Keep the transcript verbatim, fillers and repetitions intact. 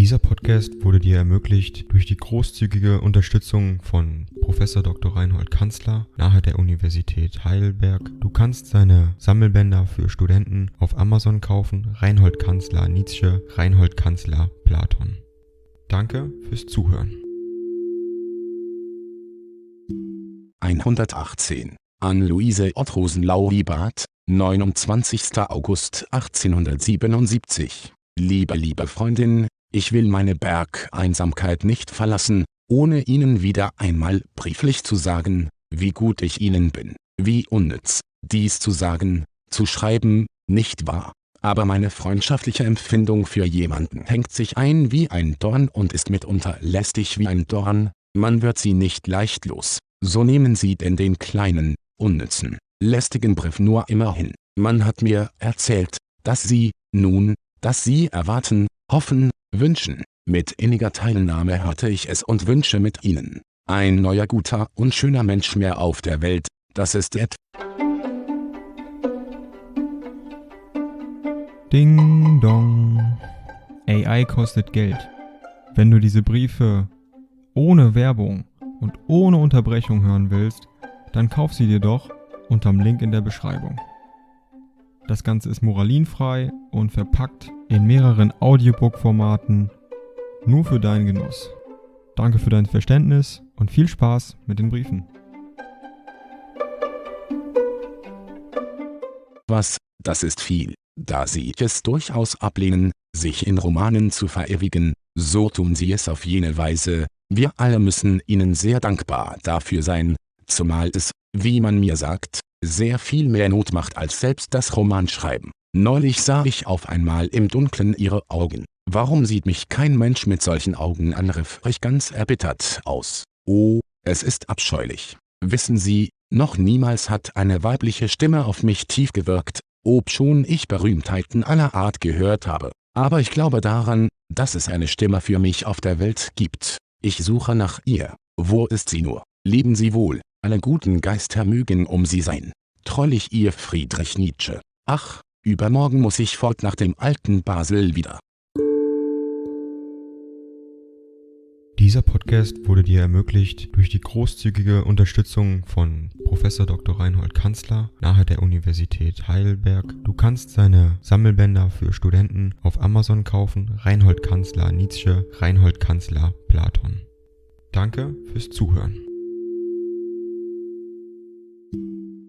Dieser Podcast wurde dir ermöglicht durch die großzügige Unterstützung von Professor Doktor Reinhold Kanzler nahe der Universität Heidelberg. Du kannst seine Sammelbänder für Studenten auf Amazon kaufen. Reinhold Kanzler Nietzsche, Reinhold Kanzler Platon. Danke fürs Zuhören. hundertachtzehn. An Luise Ott Rosenlau-Liebert, neunundzwanzigster August achtzehnhundertsiebenundsiebzig. Liebe, liebe Freundin, ich will meine Bergeinsamkeit nicht verlassen, ohne Ihnen wieder einmal brieflich zu sagen, wie gut ich Ihnen bin. Wie unnütz, dies zu sagen, zu schreiben, nicht wahr? Aber meine freundschaftliche Empfindung für jemanden hängt sich ein wie ein Dorn und ist mitunter lästig wie ein Dorn, man wird sie nicht leicht los. So nehmen Sie denn den kleinen, unnützen, lästigen Brief nur immer hin. Man hat mir erzählt, dass Sie, nun, dass Sie erwarten, hoffen, wünschen. Mit inniger Teilnahme hörte ich es und wünsche mit Ihnen. Ein neuer guter und schöner Mensch mehr auf der Welt, das ist et. Ding dong. A I kostet Geld. Wenn du diese Briefe ohne Werbung und ohne Unterbrechung hören willst, dann kauf sie dir doch unterm Link in der Beschreibung. Das Ganze ist moralinfrei und verpackt in mehreren Audiobook-Formaten nur für deinen Genuss. Danke für dein Verständnis und viel Spaß mit den Briefen. Was, das ist viel, da Sie es durchaus ablehnen, sich in Romanen zu verewigen, so tun Sie es auf jene Weise. Wir alle müssen Ihnen sehr dankbar dafür sein, zumal es, wie man mir sagt, sehr viel mehr Not macht als selbst das Romanschreiben. Neulich sah ich auf einmal im Dunkeln Ihre Augen. Warum sieht mich kein Mensch mit solchen Augen an, rief ich ganz erbittert aus. Oh, es ist abscheulich. Wissen Sie, noch niemals hat eine weibliche Stimme auf mich tief gewirkt, obschon ich Berühmtheiten aller Art gehört habe. Aber ich glaube daran, dass es eine Stimme für mich auf der Welt gibt. Ich suche nach ihr. Wo ist sie nur? Leben Sie wohl, alle guten Geister mögen um Sie sein. Trollig Ihr Friedrich Nietzsche. Ach, übermorgen muss ich fort nach dem alten Basel wieder. Dieser Podcast wurde dir ermöglicht durch die großzügige Unterstützung von Professor Doktor Reinhold Kanzler nahe der Universität Heidelberg. Du kannst seine Sammelbänder für Studenten auf Amazon kaufen. Reinhold Kanzler Nietzsche, Reinhold Kanzler Platon. Danke fürs Zuhören.